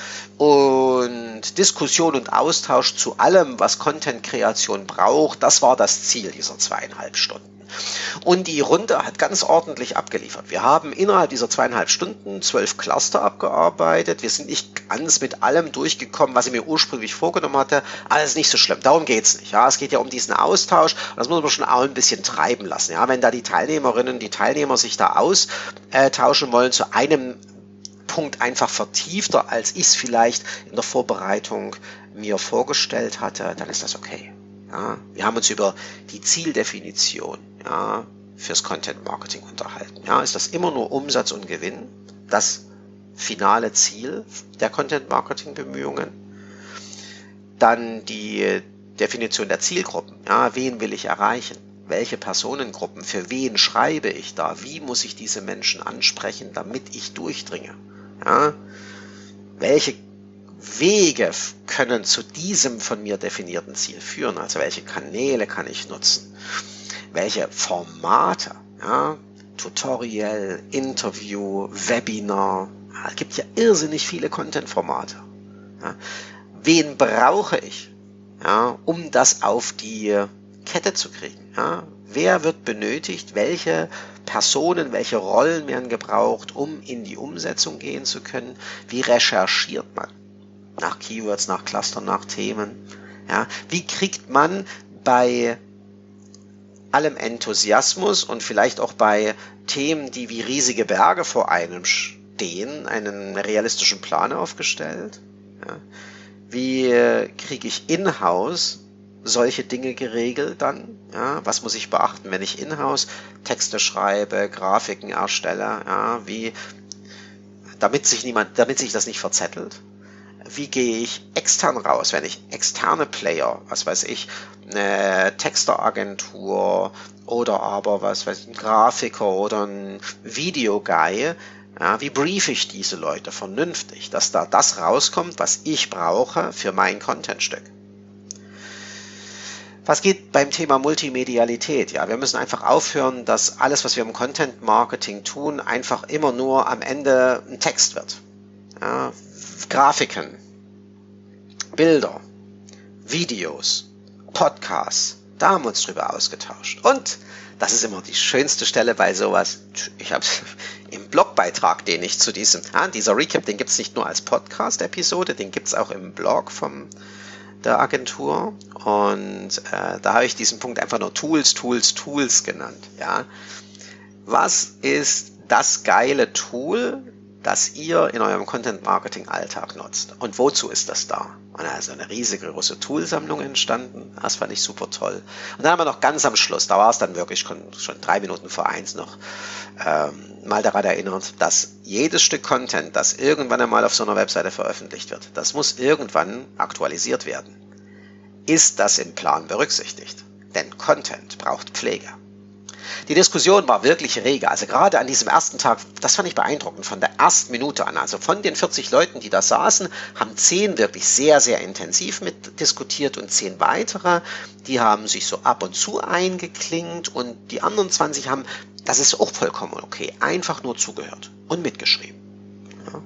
und Diskussion und Austausch zu allem, was Content-Kreation braucht, das war das Ziel dieser 2,5 Stunden. Und die Runde hat ganz ordentlich abgeliefert. Wir haben innerhalb dieser 2,5 Stunden 12 Cluster abgearbeitet. Wir sind nicht ganz mit allem durchgekommen, was ich mir ursprünglich vorgenommen hatte. Alles nicht so schlimm, darum geht's nicht. Ja, es geht ja um diesen Austausch und das muss man schon auch ein bisschen treiben lassen. Ja, wenn da die Teilnehmerinnen, die Teilnehmer sich da austauschen wollen zu einem Punkt einfach vertiefter, als ich es vielleicht in der Vorbereitung mir vorgestellt hatte, dann ist das okay. Ja, wir haben uns über die Zieldefinition fürs Content Marketing unterhalten. Ja, ist das immer nur Umsatz und Gewinn, das finale Ziel der Content Marketing Bemühungen? Dann die Definition der Zielgruppen. Ja, wen will ich erreichen? Welche Personengruppen? Für wen schreibe ich da? Wie muss ich diese Menschen ansprechen, damit ich durchdringe? Ja, welche Wege können zu diesem von mir definierten Ziel führen? Also welche Kanäle kann ich nutzen? Welche Formate? Ja, Tutorial, Interview, Webinar. Ja, es gibt ja irrsinnig viele Content-Formate. Ja, wen brauche ich, um das auf die Kette zu kriegen? Ja, wer wird benötigt? Welche Personen, welche Rollen werden gebraucht, um in die Umsetzung gehen zu können? Wie recherchiert man? Nach Keywords, nach Clustern, nach Themen. Ja, wie kriegt man bei allem Enthusiasmus und vielleicht auch bei Themen, die wie riesige Berge vor einem stehen, einen realistischen Plan aufgestellt? Ja, wie kriege ich in-house solche Dinge geregelt dann? Ja, was muss ich beachten, wenn ich in-house Texte schreibe, Grafiken erstelle? Ja, damit sich das nicht verzettelt? Wie gehe ich extern raus, wenn ich externe Player, was weiß ich, eine Texteragentur oder aber was weiß ich, ein Grafiker oder ein Videoguy, wie briefe ich diese Leute vernünftig, dass da das rauskommt, was ich brauche für mein Contentstück? Was geht beim Thema Multimedialität? Ja, wir müssen einfach aufhören, dass alles, was wir im Content Marketing tun, einfach immer nur am Ende ein Text wird. Ja, Grafiken, Bilder, Videos, Podcasts, da haben wir uns drüber ausgetauscht. Und das ist immer die schönste Stelle bei sowas. Ich habe im Blogbeitrag, den ich zu dieser Recap, den gibt es nicht nur als Podcast-Episode, den gibt es auch im Blog der Agentur. Und da habe ich diesen Punkt einfach nur Tools genannt. Ja. Was ist das geile Tool, das ihr in eurem Content-Marketing-Alltag nutzt. Und wozu ist das da? Und da ist eine riesige große Toolsammlung entstanden. Das fand ich super toll. Und dann haben wir noch ganz am Schluss, da war es dann wirklich schon 3 Minuten vor 1 noch, mal daran erinnert, dass jedes Stück Content, das irgendwann einmal auf so einer Webseite veröffentlicht wird, das muss irgendwann aktualisiert werden. Ist das im Plan berücksichtigt? Denn Content braucht Pflege. Die Diskussion war wirklich rege, also gerade an diesem ersten Tag, das fand ich beeindruckend, von der ersten Minute an, also von den 40 Leuten, die da saßen, haben 10 wirklich sehr, sehr intensiv mit diskutiert und 10 weitere, die haben sich so ab und zu eingeklinkt und die anderen 20 haben, das ist auch vollkommen okay, einfach nur zugehört und mitgeschrieben. Ja.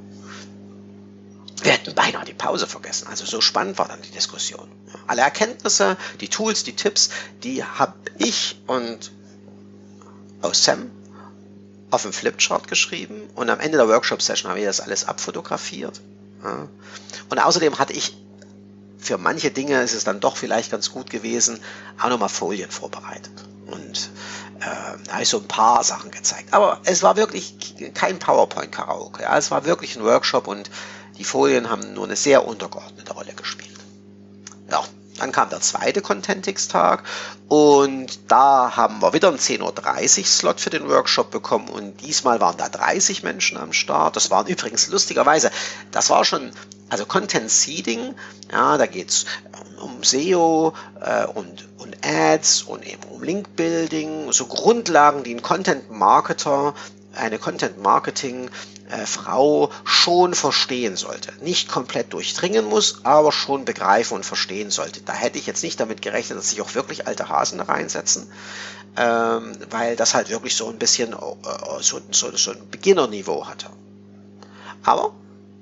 Wir hätten beinahe die Pause vergessen, also so spannend war dann die Diskussion. Ja. Alle Erkenntnisse, die Tools, die Tipps, die habe ich und Sam auf dem Flipchart geschrieben und am Ende der Workshop-Session habe ich das alles abfotografiert. Ja. Und außerdem hatte ich für manche Dinge, ist es dann doch vielleicht ganz gut gewesen, auch nochmal Folien vorbereitet. Und da habe ich so ein paar Sachen gezeigt. Aber es war wirklich kein PowerPoint-Karaoke. Ja. Es war wirklich ein Workshop und die Folien haben nur eine sehr untergeordnete Rolle gespielt. Ja. Dann kam der zweite Contentix-Tag und da haben wir wieder einen 10:30 Uhr Slot für den Workshop bekommen und diesmal waren da 30 Menschen am Start. Das waren übrigens lustigerweise, das war schon, also Content Seeding, ja, da geht es um SEO und Ads und eben um Link-Building, so Grundlagen, die ein Content-Marketer, eine Content-Marketing-Frau schon verstehen sollte. Nicht komplett durchdringen muss, aber schon begreifen und verstehen sollte. Da hätte ich jetzt nicht damit gerechnet, dass sich auch wirklich alte Hasen da reinsetzen, weil das halt wirklich so ein bisschen so ein Beginnerniveau hatte. Aber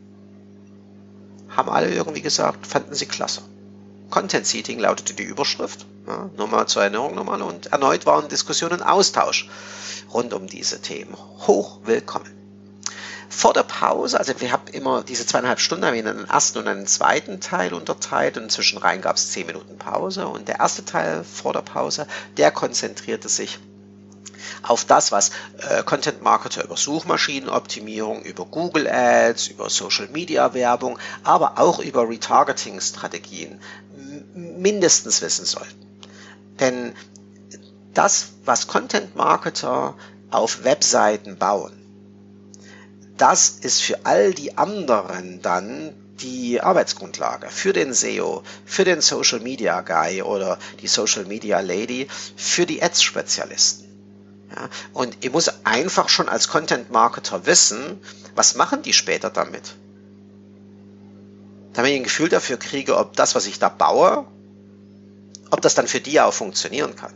haben alle irgendwie gesagt, fanden sie klasse. Content Seeding lautete die Überschrift, ja, nur mal zur Erinnerung nochmal, und erneut waren Diskussionen und Austausch rund um diese Themen. Hoch willkommen. Vor der Pause, also wir haben immer diese 2,5 Stunden, haben wir in einen ersten und einen zweiten Teil unterteilt und zwischenrein gab es 10 Minuten Pause und der erste Teil vor der Pause, der konzentrierte sich auf das, was Content Marketer über Suchmaschinenoptimierung, über Google Ads, über Social Media Werbung, aber auch über Retargeting Strategien mindestens wissen sollten. Denn das, was Content Marketer auf Webseiten bauen, das ist für all die anderen dann die Arbeitsgrundlage für den SEO, für den Social Media Guy oder die Social Media Lady, für die Ads Spezialisten. Ja, und ich muss einfach schon als Content Marketer wissen, was machen die später damit? Damit ich ein Gefühl dafür kriege, ob das, was ich da baue, ob das dann für die auch funktionieren kann.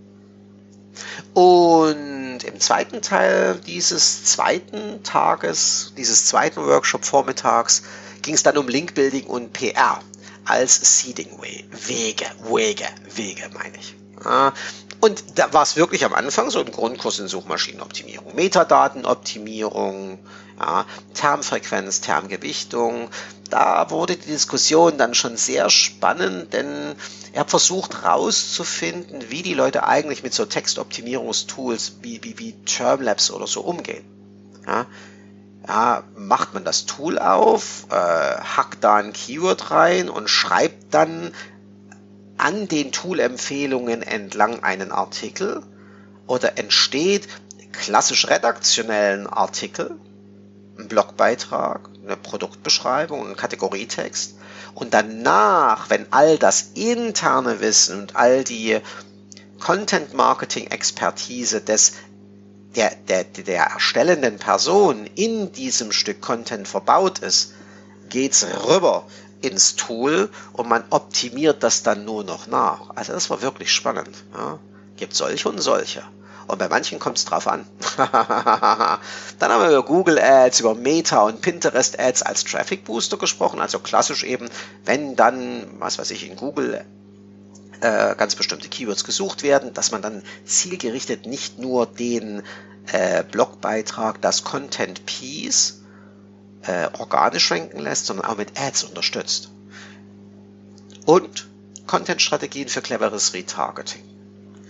Und im zweiten Teil dieses zweiten Tages, dieses zweiten Workshop vormittags, ging es dann um Linkbuilding und PR als Seeding-Wege meine ich. Ja, und da war es wirklich am Anfang so ein Grundkurs in Suchmaschinenoptimierung, Metadatenoptimierung, ja, Termfrequenz, Termgewichtung. Da wurde die Diskussion dann schon sehr spannend, denn ich habe versucht herauszufinden, wie die Leute eigentlich mit so Textoptimierungstools wie Termlabs oder so umgehen. Ja, ja, macht man das Tool auf, hackt da ein Keyword rein und schreibt dann an den Tool-Empfehlungen entlang einen Artikel oder entsteht klassisch redaktionellen Artikel, ein Blogbeitrag, eine Produktbeschreibung, ein Kategorietext und danach, wenn all das interne Wissen und all die Content-Marketing-Expertise der erstellenden Person in diesem Stück Content verbaut ist, geht's rüber ins Tool und man optimiert das dann nur noch nach. Also das war wirklich spannend. Ja. Gibt solche und solche. Und bei manchen kommt es drauf an. Dann haben wir über Google Ads, über Meta und Pinterest Ads als Traffic Booster gesprochen. Also klassisch eben, wenn dann, was weiß ich, in Google ganz bestimmte Keywords gesucht werden, dass man dann zielgerichtet nicht nur den Blogbeitrag, das Content Piece organisch ranken lässt, sondern auch mit Ads unterstützt. Und Content-Strategien für cleveres Retargeting.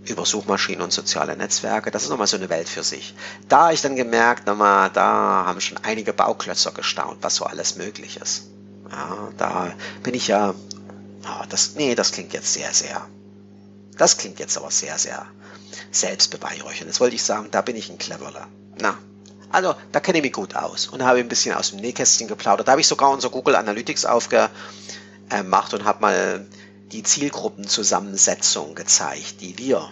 über Suchmaschinen und soziale Netzwerke. Das ist nochmal so eine Welt für sich. Da habe ich dann gemerkt, nochmal, da haben schon einige Bauklötzer gestaunt, was so alles möglich ist. Ja, da bin ich ja, das klingt jetzt das klingt jetzt aber sehr, sehr selbstbeweihräuchernd. Jetzt wollte ich sagen, da bin ich ein Cleverler. Na, also da kenne ich mich gut aus und habe ein bisschen aus dem Nähkästchen geplaudert. Da habe ich sogar unser Google Analytics aufgemacht und habe mal die Zielgruppenzusammensetzung gezeigt, die wir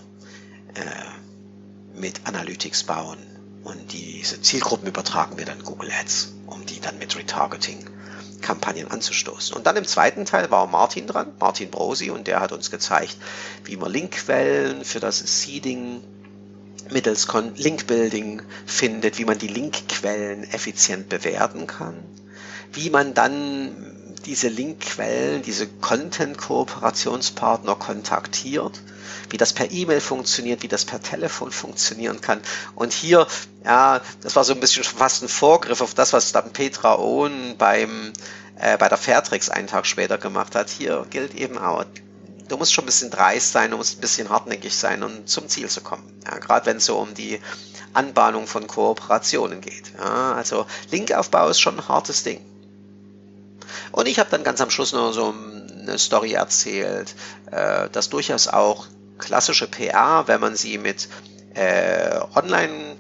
mit Analytics bauen. Und diese Zielgruppen übertragen wir dann Google Ads, um die dann mit Retargeting-Kampagnen anzustoßen. Und dann im zweiten Teil war Martin dran, Martin Brosi, und der hat uns gezeigt, wie man Linkquellen für das Seeding mittels Link-Building findet, wie man die Linkquellen effizient bewerten kann, wie man dann diese Linkquellen, diese Content-Kooperationspartner kontaktiert, wie das per E-Mail funktioniert, wie das per Telefon funktionieren kann. Und hier, ja, das war so ein bisschen fast ein Vorgriff auf das, was dann Petra Ohn bei der Fairtrix einen Tag später gemacht hat. Hier gilt eben auch, du musst schon ein bisschen dreist sein, du musst ein bisschen hartnäckig sein, um zum Ziel zu kommen. Ja, gerade wenn es so um die Anbahnung von Kooperationen geht. Ja, also Linkaufbau ist schon ein hartes Ding. Und ich habe dann ganz am Schluss noch so eine Story erzählt, dass durchaus auch klassische PR, wenn man sie mit online,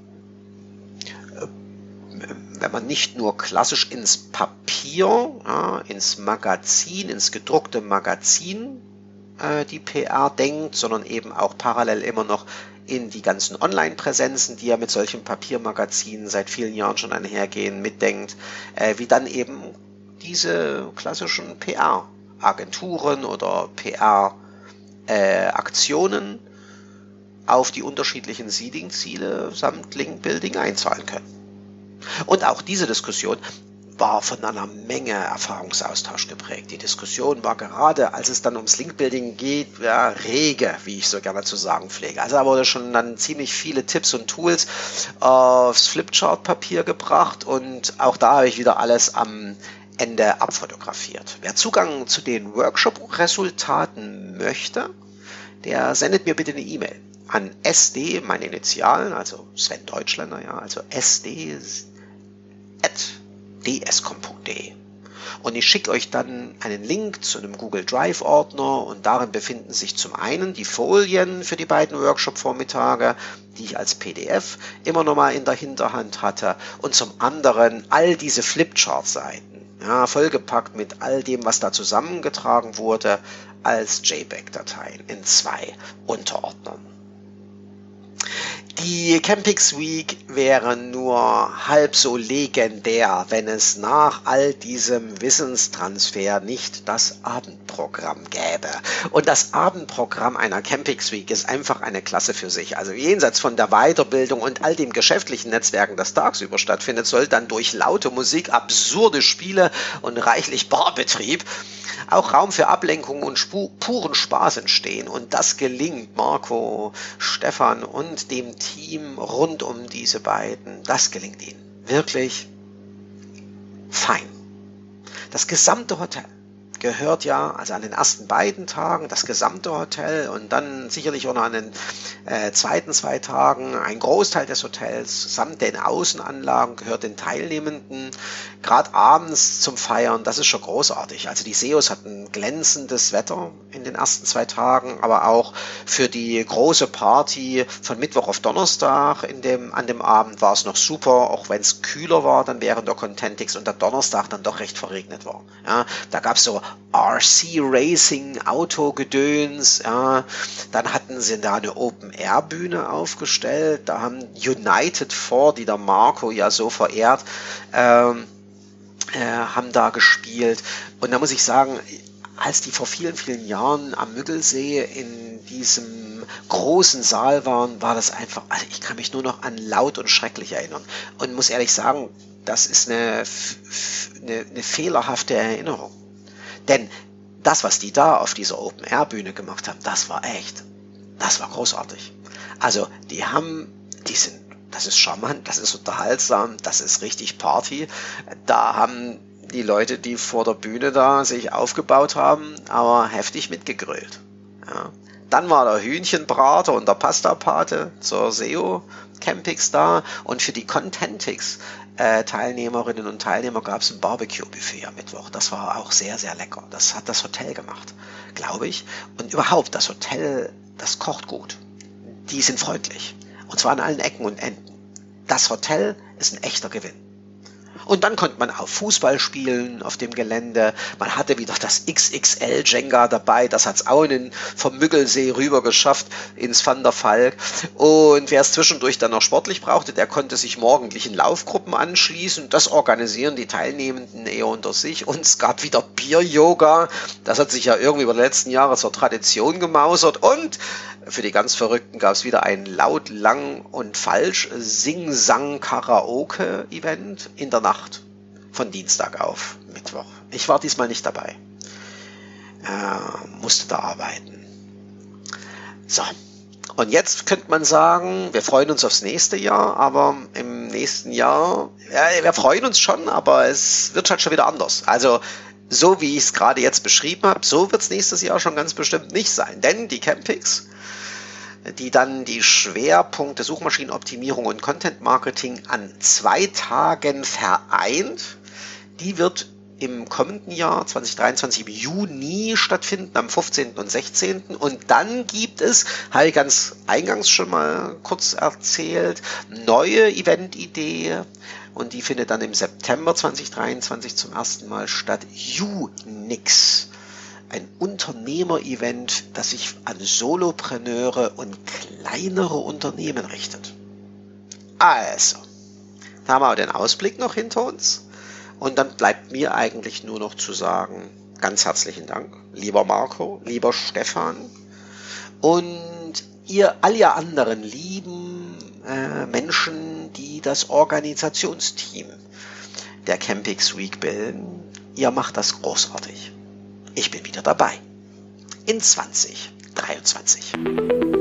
wenn man nicht nur klassisch ins Papier, ja, ins Magazin, ins gedruckte Magazin die PR denkt, sondern eben auch parallel immer noch in die ganzen Online-Präsenzen, die ja mit solchen Papiermagazinen seit vielen Jahren schon einhergehen, mitdenkt, wie dann eben diese klassischen PR-Agenturen oder PR-Aktionen auf die unterschiedlichen Seeding-Ziele samt Link-Building einzahlen können. Und auch diese Diskussion war von einer Menge Erfahrungsaustausch geprägt. Die Diskussion war gerade, als es dann ums Link-Building geht, ja, rege, wie ich so gerne zu sagen pflege. Also da wurde schon dann ziemlich viele Tipps und Tools aufs Flipchart-Papier gebracht und auch da habe ich wieder alles am Ende abfotografiert. Wer Zugang zu den Workshop-Resultaten möchte, der sendet mir bitte eine E-Mail an sd, meine Initialen, also Sven Deutschländer, ja, also sd@dscom.de. Und ich schicke euch dann einen Link zu einem Google Drive Ordner und darin befinden sich zum einen die Folien für die beiden Workshop-Vormittage, die ich als PDF immer noch mal in der Hinterhand hatte, und zum anderen all diese Flipchart-Seiten, ja, vollgepackt mit all dem, was da zusammengetragen wurde, als JPEG-Dateien in 2 Unterordnern. Die Campix Week wäre nur halb so legendär, wenn es nach all diesem Wissenstransfer nicht das Abendprogramm gäbe. Und das Abendprogramm einer Campix Week ist einfach eine Klasse für sich. Also jenseits von der Weiterbildung und all dem geschäftlichen Netzwerken, das tagsüber stattfindet, soll dann durch laute Musik, absurde Spiele und reichlich Barbetrieb auch Raum für Ablenkung und puren Spaß entstehen. Und das gelingt Marco, Stefan und dem Team rund um diese beiden. Das gelingt ihnen wirklich fein. Das gesamte Hotel gehört ja, also an den ersten beiden Tagen, das gesamte Hotel und dann sicherlich auch noch an den zweiten 2 Tagen ein Großteil des Hotels samt den Außenanlagen gehört den Teilnehmenden, gerade abends zum Feiern. Das ist schon großartig. Also die SEOs hatten glänzendes Wetter in den ersten 2 Tagen, aber auch für die große Party von Mittwoch auf Donnerstag an dem Abend war es noch super, auch wenn es kühler war dann während der Contentix und der Donnerstag dann doch recht verregnet war. Ja, da gab es so RC Racing Autogedöns, ja, dann hatten sie da eine Open-Air-Bühne aufgestellt, da haben United 4, die der Marco ja so verehrt, haben da gespielt. Und da muss ich sagen, als die vor vielen, vielen Jahren am Müggelsee in diesem großen Saal waren, war das einfach, also ich kann mich nur noch an laut und schrecklich erinnern. Und muss ehrlich sagen, das ist eine fehlerhafte Erinnerung. Denn das, was die da auf dieser Open-Air-Bühne gemacht haben, das war großartig. Also das ist charmant, das ist unterhaltsam, das ist richtig Party. Da haben die Leute, die vor der Bühne da sich aufgebaut haben, aber heftig mitgegrölt. Ja, Dann war der Hühnchenbrater und der Pastapate zur SEO Campix da. Und für die Contentix Teilnehmerinnen und Teilnehmer gab es ein Barbecue-Buffet am Mittwoch. Das war auch sehr, sehr lecker. Das hat das Hotel gemacht, glaube ich. Und überhaupt, das Hotel, das kocht gut. Die sind freundlich. Und zwar an allen Ecken und Enden. Das Hotel ist ein echter Gewinn. Und dann konnte man auch Fußball spielen auf dem Gelände. Man hatte wieder das XXL Jenga dabei. Das hat es auch vom Müggelsee rüber geschafft ins Van der Valk. Und wer es zwischendurch dann noch sportlich brauchte, der konnte sich morgendlichen Laufgruppen anschließen. Das organisieren die Teilnehmenden eher unter sich. Und es gab wieder Bier-Yoga. Das hat sich ja irgendwie über die letzten Jahre zur Tradition gemausert. Und für die ganz Verrückten gab es wieder ein laut, lang und falsch Sing-Sang-Karaoke-Event in der Nacht von Dienstag auf Mittwoch. Ich war diesmal nicht dabei. Musste da arbeiten. So. Und jetzt könnte man sagen, wir freuen uns aufs nächste Jahr, aber im nächsten Jahr, wir freuen uns schon, aber es wird halt schon wieder anders. Also, so wie ich es gerade jetzt beschrieben habe, so wird es nächstes Jahr schon ganz bestimmt nicht sein. Denn die Campix, die dann die Schwerpunkte Suchmaschinenoptimierung und Content Marketing an 2 Tagen vereint, die wird im kommenden Jahr 2023 im Juni stattfinden, am 15. und 16. Und dann gibt es, habe ich ganz eingangs schon mal kurz erzählt, neue Eventidee. Und die findet dann im September 2023 zum ersten Mal statt. Unix. Ein Unternehmer-Event, das sich an Solopreneure und kleinere Unternehmen richtet. Also, da haben wir den Ausblick noch hinter uns. Und dann bleibt mir eigentlich nur noch zu sagen, ganz herzlichen Dank, lieber Marco, lieber Stefan und all ihr anderen lieben Menschen, die das Organisationsteam der Campix Week bilden. Ihr macht das großartig. Ich bin wieder dabei. In 2023.